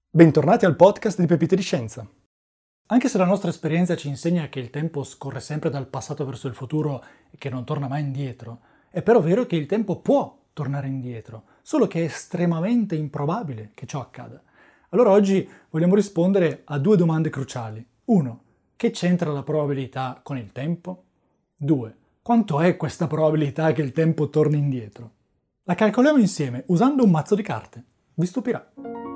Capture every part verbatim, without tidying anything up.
Bentornati al podcast di Pepite di Scienza. Anche se la nostra esperienza ci insegna che il tempo scorre sempre dal passato verso il futuro e che non torna mai indietro, è però vero che il tempo può tornare indietro, solo che è estremamente improbabile che ciò accada. Allora oggi vogliamo rispondere a due domande cruciali. uno. Che c'entra la probabilità con il tempo? due. Quanto è questa probabilità che il tempo torni indietro? La calcoliamo insieme usando un mazzo di carte. Vi stupirà.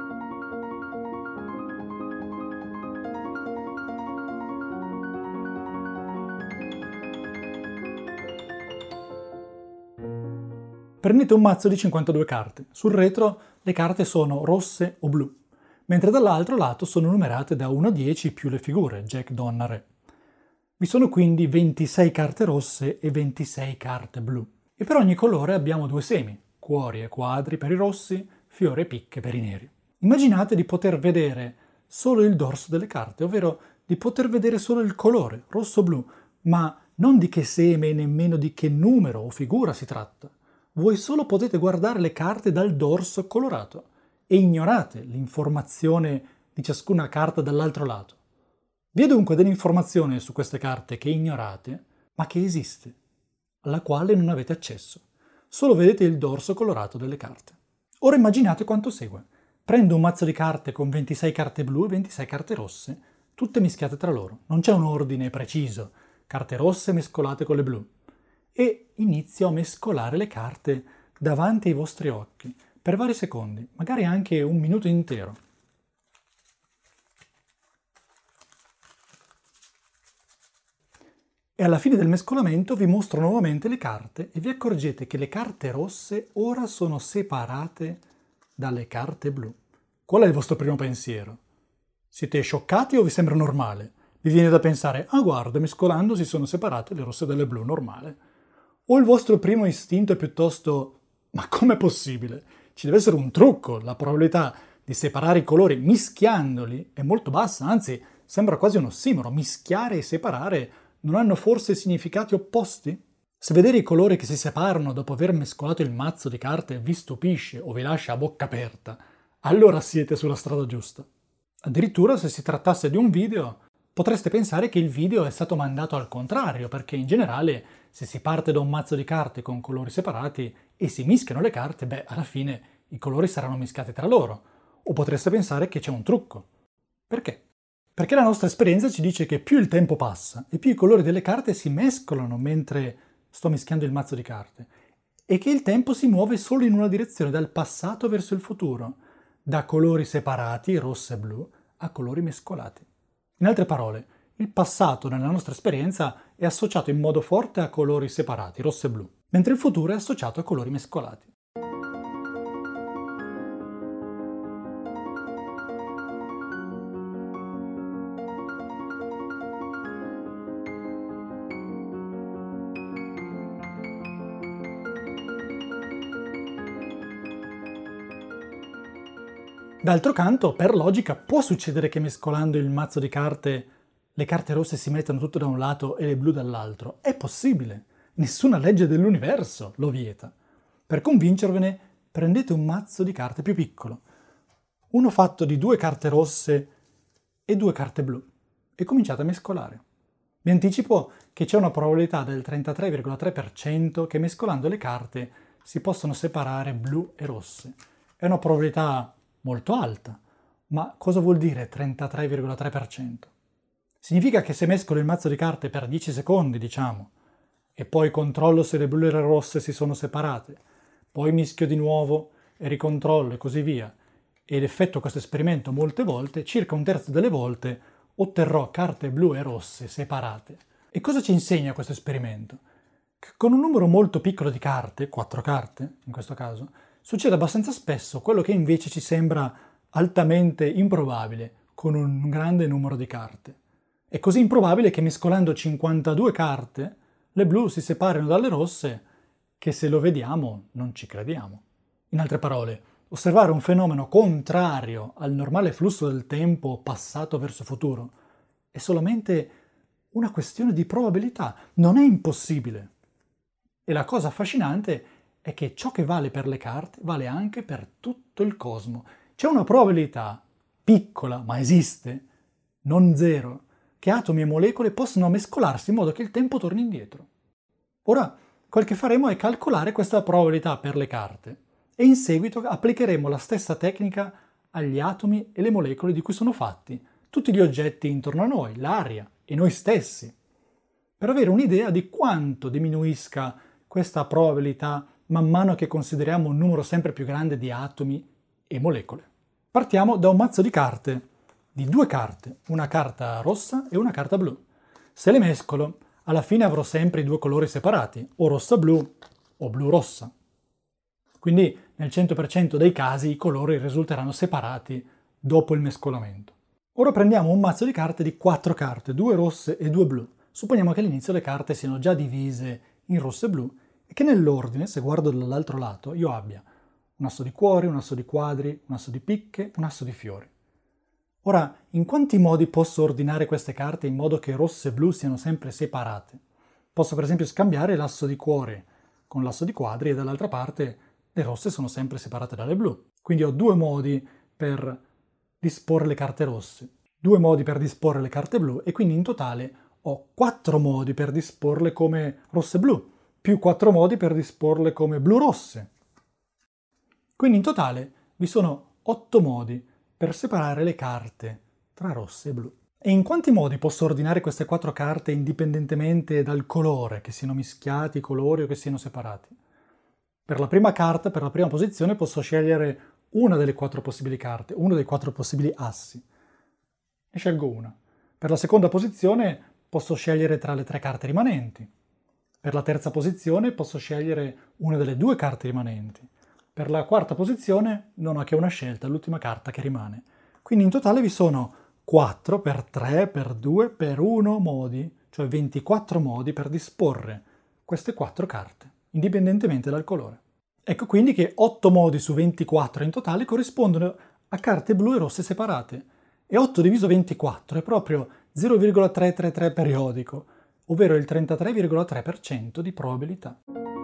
Prendete un mazzo di cinquantadue carte. Sul retro le carte sono rosse o blu, mentre dall'altro lato sono numerate da uno a dieci più le figure, Jack, donna, re. Vi sono quindi ventisei carte rosse e ventisei carte blu. E per ogni colore abbiamo due semi, cuori e quadri per i rossi, fiori e picche per i neri. Immaginate di poter vedere solo il dorso delle carte, ovvero di poter vedere solo il colore, rosso-blu, ma non di che seme e nemmeno di che numero o figura si tratta. Voi solo potete guardare le carte dal dorso colorato e ignorate l'informazione di ciascuna carta dall'altro lato. Vi è dunque dell'informazione su queste carte che ignorate, ma che esiste, alla quale non avete accesso. Solo vedete il dorso colorato delle carte. Ora immaginate quanto segue. Prendo un mazzo di carte con ventisei carte blu e ventisei carte rosse, tutte mischiate tra loro. Non c'è un ordine preciso, carte rosse mescolate con le blu. E inizio a mescolare le carte davanti ai vostri occhi per vari secondi, magari anche un minuto intero. E alla fine del mescolamento vi mostro nuovamente le carte e vi accorgete che le carte rosse ora sono separate dalle carte blu. Qual è il vostro primo pensiero? Siete scioccati o vi sembra normale? Vi viene da pensare, ah guarda, mescolando si sono separate le rosse dalle blu, normale. O il vostro primo istinto è piuttosto, ma com'è possibile? Ci deve essere un trucco, la probabilità di separare i colori mischiandoli è molto bassa, anzi sembra quasi un ossimoro, mischiare e separare non hanno forse significati opposti? Se vedere i colori che si separano dopo aver mescolato il mazzo di carte vi stupisce o vi lascia a bocca aperta, allora siete sulla strada giusta. Addirittura se si trattasse di un video, potreste pensare che il video è stato mandato al contrario, perché in generale se si parte da un mazzo di carte con colori separati e si mischiano le carte, beh, alla fine i colori saranno mischiati tra loro. O potreste pensare che c'è un trucco. Perché? Perché la nostra esperienza ci dice che più il tempo passa e più i colori delle carte si mescolano mentre sto mischiando il mazzo di carte e che il tempo si muove solo in una direzione, dal passato verso il futuro, da colori separati, rosso e blu, a colori mescolati. In altre parole, il passato nella nostra esperienza è associato in modo forte a colori separati, rosso e blu, mentre il futuro è associato a colori mescolati. D'altro canto, per logica, può succedere che mescolando il mazzo di carte le carte rosse si mettano tutte da un lato e le blu dall'altro. È possibile. Nessuna legge dell'universo lo vieta. Per convincervene, prendete un mazzo di carte più piccolo, uno fatto di due carte rosse e due carte blu, e cominciate a mescolare. Vi anticipo che c'è una probabilità del trentatré virgola tre per cento che mescolando le carte si possano separare blu e rosse. È una probabilità molto alta, ma cosa vuol dire trentatré virgola tre per cento? Significa che se mescolo il mazzo di carte per dieci secondi, diciamo, e poi controllo se le blu e le rosse si sono separate, poi mischio di nuovo e ricontrollo e così via, ed effettuo questo esperimento molte volte, circa un terzo delle volte otterrò carte blu e rosse separate. E cosa ci insegna questo esperimento? Che con un numero molto piccolo di carte, quattro carte in questo caso, succede abbastanza spesso quello che invece ci sembra altamente improbabile con un grande numero di carte. È così improbabile che mescolando cinquantadue carte le blu si separino dalle rosse che se lo vediamo non ci crediamo. In altre parole, osservare un fenomeno contrario al normale flusso del tempo passato verso futuro è solamente una questione di probabilità, non è impossibile. E la cosa affascinante è che ciò che vale per le carte vale anche per tutto il cosmo. C'è una probabilità piccola, ma esiste, non zero, che atomi e molecole possono mescolarsi in modo che il tempo torni indietro. Ora, quel che faremo è calcolare questa probabilità per le carte e in seguito applicheremo la stessa tecnica agli atomi e le molecole di cui sono fatti tutti gli oggetti intorno a noi, l'aria e noi stessi, per avere un'idea di quanto diminuisca questa probabilità man mano che consideriamo un numero sempre più grande di atomi e molecole. Partiamo da un mazzo di carte, di due carte, una carta rossa e una carta blu. Se le mescolo, alla fine avrò sempre i due colori separati, o rossa-blu o blu-rossa. Quindi nel cento per cento dei casi i colori risulteranno separati dopo il mescolamento. Ora prendiamo un mazzo di carte di quattro carte, due rosse e due blu. Supponiamo che all'inizio le carte siano già divise in rosso e blu e che nell'ordine, se guardo dall'altro lato, io abbia un asso di cuori, un asso di quadri, un asso di picche, un asso di fiori. Ora, in quanti modi posso ordinare queste carte in modo che rosse e blu siano sempre separate? Posso per esempio scambiare l'asso di cuore con l'asso di quadri e dall'altra parte le rosse sono sempre separate dalle blu. Quindi ho due modi per disporre le carte rosse, due modi per disporre le carte blu e quindi in totale ho quattro modi per disporle come rosse e blu, più quattro modi per disporle come blu-rosse. Quindi in totale vi sono otto modi per separare le carte tra rosse e blu. E in quanti modi posso ordinare queste quattro carte indipendentemente dal colore, che siano mischiati i colori o che siano separati? Per la prima carta, per la prima posizione, posso scegliere una delle quattro possibili carte, uno dei quattro possibili assi. Ne scelgo una. Per la seconda posizione posso scegliere tra le tre carte rimanenti. Per la terza posizione posso scegliere una delle due carte rimanenti. Per la quarta posizione non ho che una scelta, l'ultima carta che rimane. Quindi in totale vi sono quattro per tre per due per uno modi, cioè ventiquattro modi per disporre queste quattro carte, indipendentemente dal colore. Ecco quindi che otto modi su ventiquattro in totale corrispondono a carte blu e rosse separate, e otto diviso ventiquattro è proprio zero virgola trecentotrentatré periodico, ovvero il trentatré virgola tre per cento di probabilità.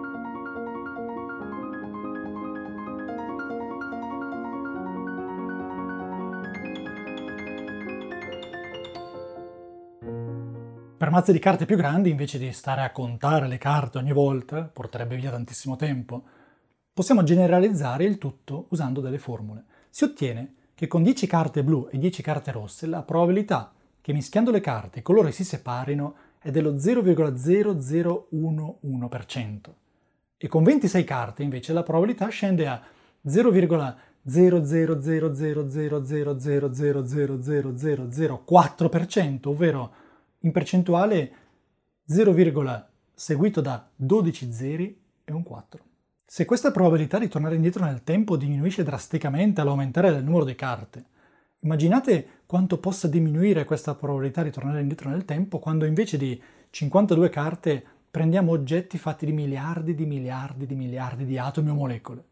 Per mazzi di carte più grandi, invece di stare a contare le carte ogni volta, porterebbe via tantissimo tempo, possiamo generalizzare il tutto usando delle formule. Si ottiene che con dieci carte blu e dieci carte rosse la probabilità che mischiando le carte i colori si separino è dello zero virgola zero zero uno uno per cento e con ventisei carte invece la probabilità scende a zero virgola zero zero zero zero zero zero zero zero zero zero zero zero quattro per cento, ovvero in percentuale zero, seguito da dodici zeri e un quattro. Se questa probabilità di tornare indietro nel tempo diminuisce drasticamente all'aumentare del numero di carte, immaginate quanto possa diminuire questa probabilità di tornare indietro nel tempo quando invece di cinquantadue carte prendiamo oggetti fatti di miliardi di miliardi di miliardi di atomi o molecole.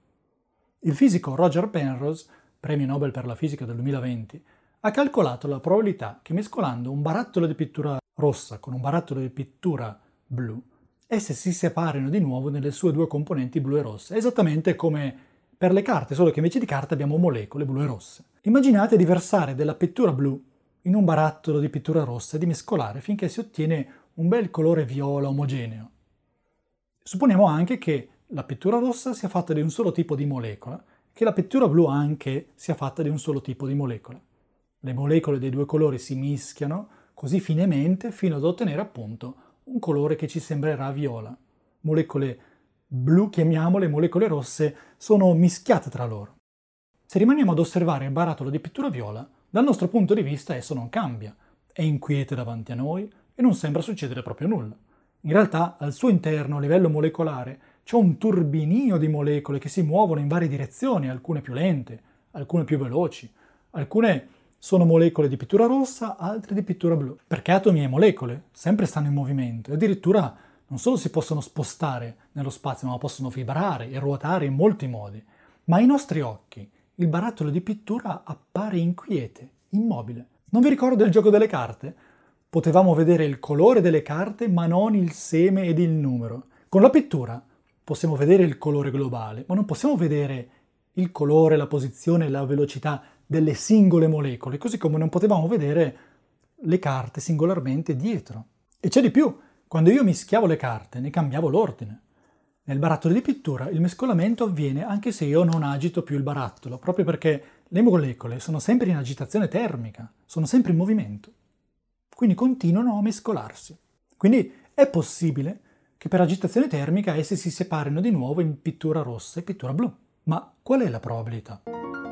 Il fisico Roger Penrose, premio Nobel per la fisica del duemilaventi, ha calcolato la probabilità che mescolando un barattolo di pittura rossa con un barattolo di pittura blu, esse si separino di nuovo nelle sue due componenti blu e rosse, esattamente come per le carte, solo che invece di carte abbiamo molecole blu e rosse. Immaginate di versare della pittura blu in un barattolo di pittura rossa e di mescolare finché si ottiene un bel colore viola omogeneo. Supponiamo anche che la pittura rossa sia fatta di un solo tipo di molecola, che la pittura blu anche sia fatta di un solo tipo di molecola. Le molecole dei due colori si mischiano così finemente fino ad ottenere appunto un colore che ci sembrerà viola. Molecole blu, chiamiamole, molecole rosse, sono mischiate tra loro. Se rimaniamo ad osservare il barattolo di pittura viola, dal nostro punto di vista esso non cambia, è inquiete davanti a noi e non sembra succedere proprio nulla. In realtà, al suo interno, a livello molecolare, c'è un turbinio di molecole che si muovono in varie direzioni, alcune più lente, alcune più veloci, alcune sono molecole di pittura rossa, altre di pittura blu, perché atomi e molecole sempre stanno in movimento e addirittura non solo si possono spostare nello spazio, ma possono vibrare e ruotare in molti modi. Ma ai nostri occhi il barattolo di pittura appare inquiete, immobile. Non vi ricordo il gioco delle carte? Potevamo vedere il colore delle carte, ma non il seme ed il numero. Con la pittura possiamo vedere il colore globale, ma non possiamo vedere il colore, la posizione e la velocità delle singole molecole, così come non potevamo vedere le carte singolarmente dietro. E c'è di più, quando io mischiavo le carte ne cambiavo l'ordine. Nel barattolo di pittura il mescolamento avviene anche se io non agito più il barattolo, proprio perché le molecole sono sempre in agitazione termica, sono sempre in movimento. Quindi continuano a mescolarsi. Quindi è possibile che per agitazione termica esse si separino di nuovo in pittura rossa e pittura blu. Ma qual è la probabilità?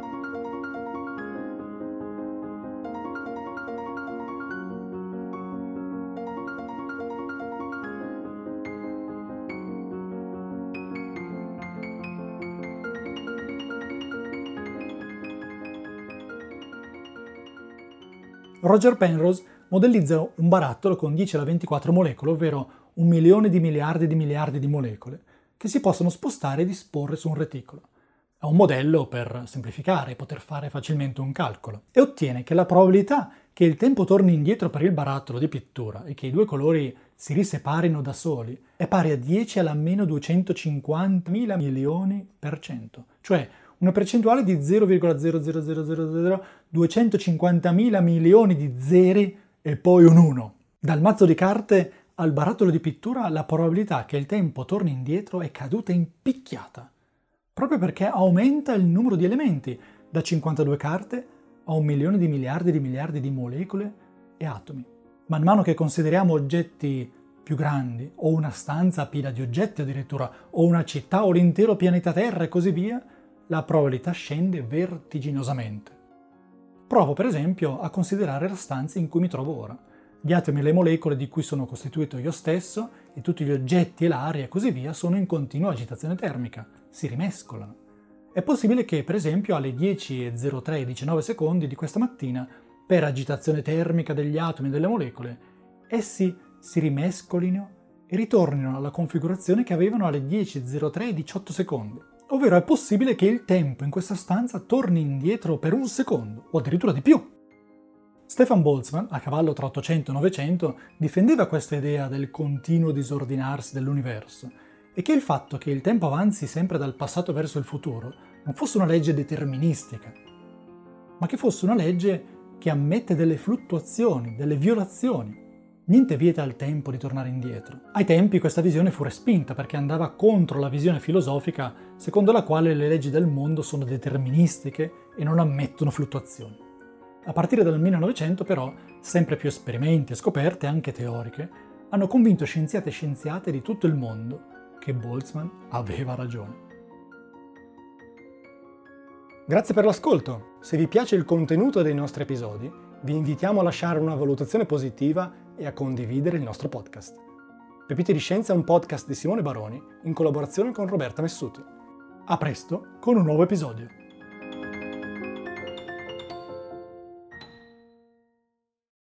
Roger Penrose modellizza un barattolo con dieci alla ventiquattro molecole, ovvero un milione di miliardi di miliardi di molecole, che si possono spostare e disporre su un reticolo. È un modello per semplificare e poter fare facilmente un calcolo, e ottiene che la probabilità che il tempo torni indietro per il barattolo di pittura e che i due colori si riseparino da soli è pari a dieci alla meno duecentocinquantamila milioni per cento, cioè una percentuale di zero virgola zero zero zero zero zero duecentocinquantamila milioni di zeri e poi un uno. Dal mazzo di carte al barattolo di pittura la probabilità che il tempo torni indietro è caduta in picchiata, proprio perché aumenta il numero di elementi, da cinquantadue carte a un milione di miliardi di miliardi di molecole e atomi. Man mano che consideriamo oggetti più grandi, o una stanza piena di oggetti addirittura, o una città o l'intero pianeta Terra e così via, la probabilità scende vertiginosamente. Provo per esempio a considerare la stanza in cui mi trovo ora, gli atomi e le molecole di cui sono costituito io stesso e tutti gli oggetti e l'aria e così via sono in continua agitazione termica, si rimescolano. È possibile che per esempio alle dieci e zero tre e diciannove secondi di questa mattina, per agitazione termica degli atomi e delle molecole, essi si rimescolino e ritornino alla configurazione che avevano alle dieci e zero tre e diciotto secondi. Ovvero è possibile che il tempo in questa stanza torni indietro per un secondo, o addirittura di più. Stefan Boltzmann, a cavallo tra ottocento e novecento, difendeva questa idea del continuo disordinarsi dell'universo e che il fatto che il tempo avanzi sempre dal passato verso il futuro non fosse una legge deterministica, ma che fosse una legge che ammette delle fluttuazioni, delle violazioni. Niente vieta al tempo di tornare indietro. Ai tempi questa visione fu respinta perché andava contro la visione filosofica secondo la quale le leggi del mondo sono deterministiche e non ammettono fluttuazioni. A partire dal millenovecento però, sempre più esperimenti e scoperte, anche teoriche, hanno convinto scienziati e scienziate di tutto il mondo che Boltzmann aveva ragione. Grazie per l'ascolto! Se vi piace il contenuto dei nostri episodi, vi invitiamo a lasciare una valutazione positiva e a condividere il nostro podcast. Pepite di Scienza è un podcast di Simone Baroni in collaborazione con Roberta Messuti. A presto con un nuovo episodio!